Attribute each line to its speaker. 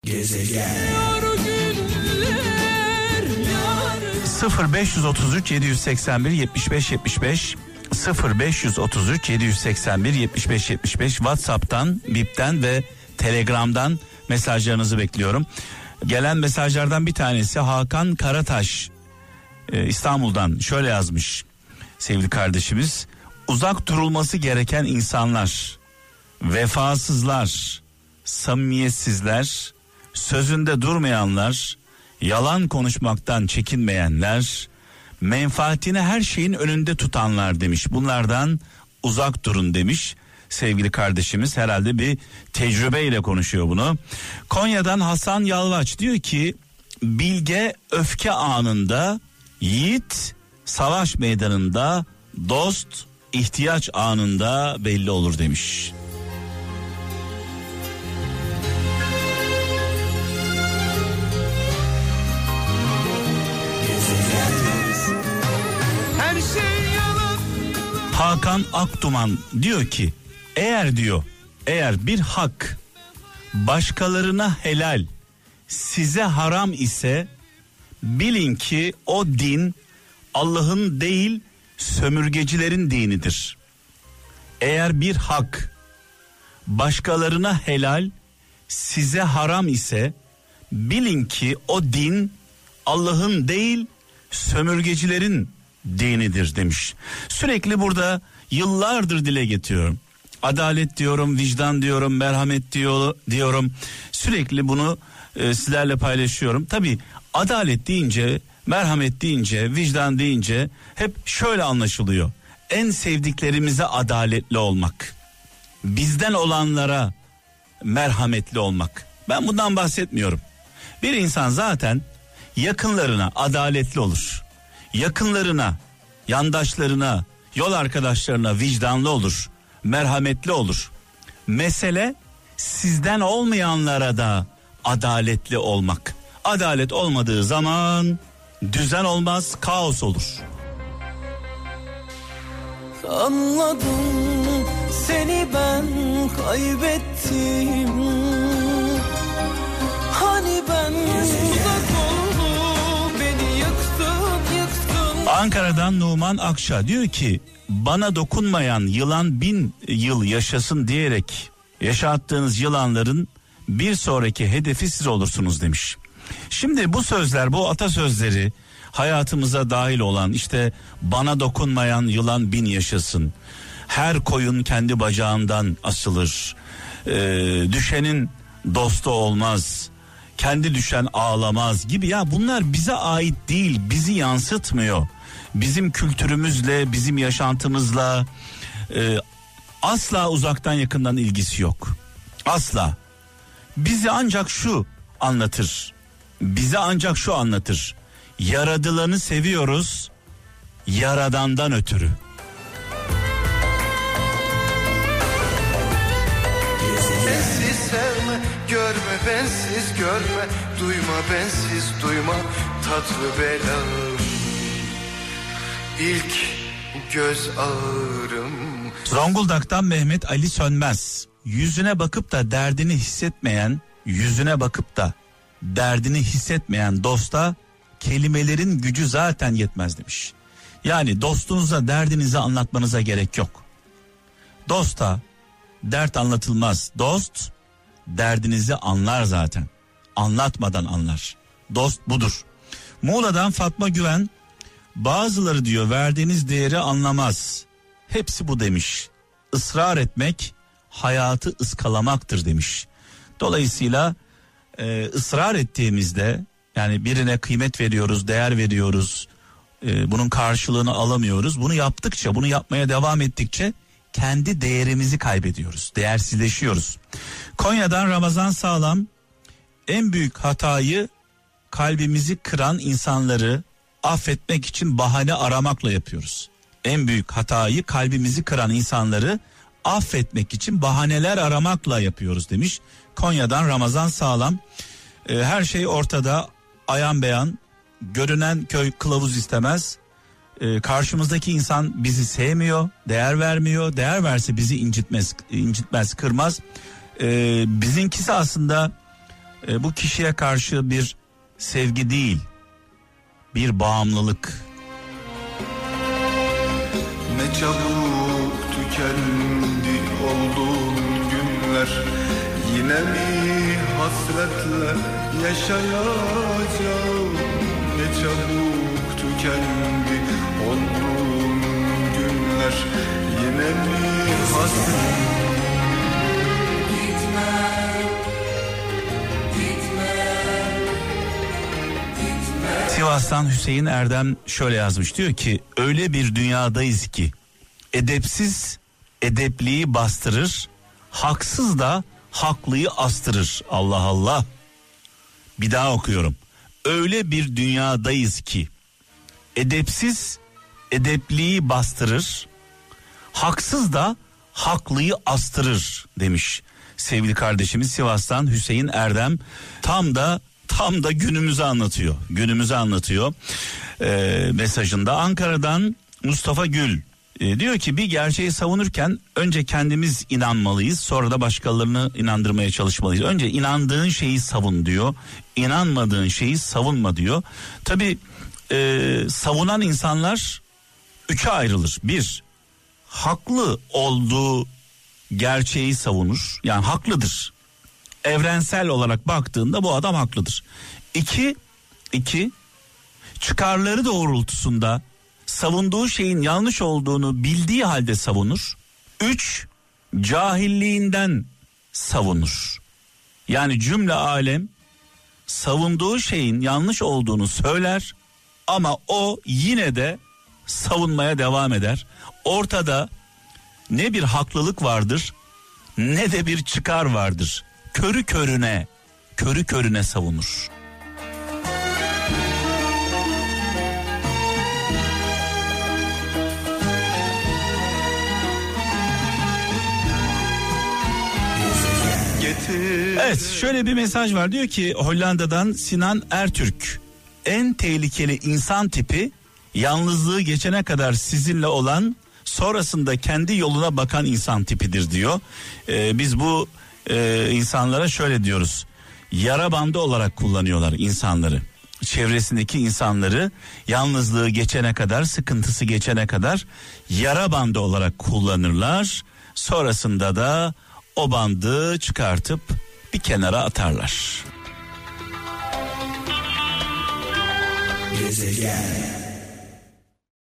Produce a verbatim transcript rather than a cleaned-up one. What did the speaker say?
Speaker 1: Gezegen. sıfır beş otuz üç yedi seksen bir yetmiş beş yetmiş beş sıfır beş otuz üç yedi seksen bir yetmiş beş yetmiş beş WhatsApp'tan, Bip'ten ve Telegram'dan mesajlarınızı bekliyorum. Gelen mesajlardan bir tanesi Hakan Karataş e, İstanbul'dan şöyle yazmış sevgili kardeşimiz: uzak durulması gereken insanlar, vefasızlar, samimiyetsizler, sözünde durmayanlar, yalan konuşmaktan çekinmeyenler, menfaatini her şeyin önünde tutanlar demiş. Bunlardan uzak durun demiş sevgili kardeşimiz. Herhalde bir tecrübeyle konuşuyor bunu. Konya'dan Hasan Yalvaç diyor ki bilge öfke anında, yiğit savaş meydanında, dost ihtiyaç anında belli olur demiş. Hakan Akduman diyor ki eğer diyor eğer bir hak başkalarına helal, size haram ise bilin ki o din Allah'ın değil sömürgecilerin dinidir. Eğer bir hak başkalarına helal, size haram ise bilin ki o din Allah'ın değil sömürgecilerin dinidir demiş. Sürekli burada yıllardır dile getiriyorum. Adalet diyorum, vicdan diyorum, merhamet diyor, diyorum. Sürekli bunu e, sizlerle paylaşıyorum. Tabii adalet deyince, merhamet deyince, vicdan deyince hep şöyle anlaşılıyor. En sevdiklerimize adaletli olmak, bizden olanlara merhametli olmak. Ben bundan bahsetmiyorum. Bir insan zaten yakınlarına adaletli olur. Yakınlarına, yandaşlarına, yol arkadaşlarına vicdanlı olur, merhametli olur. Mesele sizden olmayanlara da adaletli olmak. Adalet olmadığı zaman düzen olmaz, kaos olur.
Speaker 2: Anladım, seni ben kaybettim. Hani ben uzak oldum, beni yıktın yıktın.
Speaker 1: Ankara'dan Numan Akça diyor ki bana dokunmayan yılan bin yıl yaşasın diyerek yaşattığınız yılanların bir sonraki hedefi siz olursunuz demiş. Şimdi bu sözler, bu atasözleri hayatımıza dahil olan, işte bana dokunmayan yılan bin yaşasın, her koyun kendi bacağından asılır, ee, düşenin dostu olmaz, kendi düşen ağlamaz gibi, ya bunlar bize ait değil, bizi yansıtmıyor. Bizim kültürümüzle, bizim yaşantımızla e, asla uzaktan yakından ilgisi yok. Asla. Bizi ancak şu anlatır. Bize ancak şu anlatır. Yaradılanı seviyoruz, Yaradan'dan ötürü.
Speaker 3: Sensiz sevme, görme bensiz görme, duyma bensiz duyma, tatlı belam. İlk göz ağrım.
Speaker 1: Zonguldak'tan Mehmet Ali Sönmez. Yüzüne bakıp da derdini hissetmeyen, yüzüne bakıp da derdini hissetmeyen dosta kelimelerin gücü zaten yetmez demiş. Yani dostunuza derdinizi anlatmanıza gerek yok. Dosta dert anlatılmaz. Dost derdinizi anlar zaten. Anlatmadan anlar. Dost budur. Muğla'dan Fatma Güven, bazıları diyor verdiğiniz değeri anlamaz. Hepsi bu demiş. Israr etmek hayatı ıskalamaktır demiş. Dolayısıyla e, ısrar ettiğimizde, yani birine kıymet veriyoruz, değer veriyoruz, e, bunun karşılığını alamıyoruz. Bunu yaptıkça, bunu yapmaya devam ettikçe kendi değerimizi kaybediyoruz, değersizleşiyoruz. Konya'dan Ramazan Sağlam, en büyük hatayı kalbimizi kıran insanları affetmek için bahane aramakla yapıyoruz. En büyük hatayı kalbimizi kıran insanları affetmek için bahaneler aramakla yapıyoruz demiş. Konya'dan Ramazan Sağlam. Ee, her şey ortada, ayan beyan, görünen köy kılavuz istemez. Ee, karşımızdaki insan bizi sevmiyor, değer vermiyor. Değer verse bizi incitmez, incitmez, kırmaz. Ee, bizimkisi aslında e, bu kişiye karşı bir sevgi değil, bir bağımlılık.
Speaker 3: Ne çabuk tükendi olduğum günler, yine mi hasretle yaşayacağım? Ne çabuk tükendi olduğum günler, yine mi hasretle? Gitme,
Speaker 1: gitme, gitme. Sivas'tan Hüseyin Erdem şöyle yazmış, diyor ki öyle bir dünyadayız ki edepsiz edepliği bastırır, haksız da haklıyı astırır. Allah Allah. Bir daha okuyorum. Öyle bir dünyadayız ki edepsiz edepliği bastırır, haksız da haklıyı astırır demiş sevgili kardeşimiz Sivas'tan Hüseyin Erdem. Tam da tam da günümüzü anlatıyor. Günümüzü anlatıyor ee, mesajında. Ankara'dan Mustafa Gül e, diyor ki bir gerçeği savunurken önce kendimiz inanmalıyız, sonra da başkalarını inandırmaya çalışmalıyız. Önce inandığın şeyi savun diyor, inanmadığın şeyi savunma diyor. Tabii e, savunan insanlar üçe ayrılır. Bir, haklı olduğu gerçeği savunur, yani haklıdır. Evrensel olarak baktığında bu adam haklıdır. İki, iki çıkarları doğrultusunda savunduğu şeyin yanlış olduğunu bildiği halde savunur. Üç, cahilliğinden savunur. Yani cümle alem savunduğu şeyin yanlış olduğunu söyler ama o yine de savunmaya devam eder. Ortada ne bir haklılık vardır ne de bir çıkar vardır. Körü körüne, körü körüne savunur. Evet, şöyle bir mesaj var, diyor ki Hollanda'dan Sinan Ertürk. En tehlikeli insan tipi yalnızlığı geçene kadar sizinle olan, sonrasında kendi yoluna bakan insan tipidir diyor. Ee, biz bu e, insanlara şöyle diyoruz. Yara bandı olarak kullanıyorlar insanları. Çevresindeki insanları yalnızlığı geçene kadar, sıkıntısı geçene kadar yara bandı olarak kullanırlar. Sonrasında da o bandı çıkartıp bir kenara atarlar. Gezegen.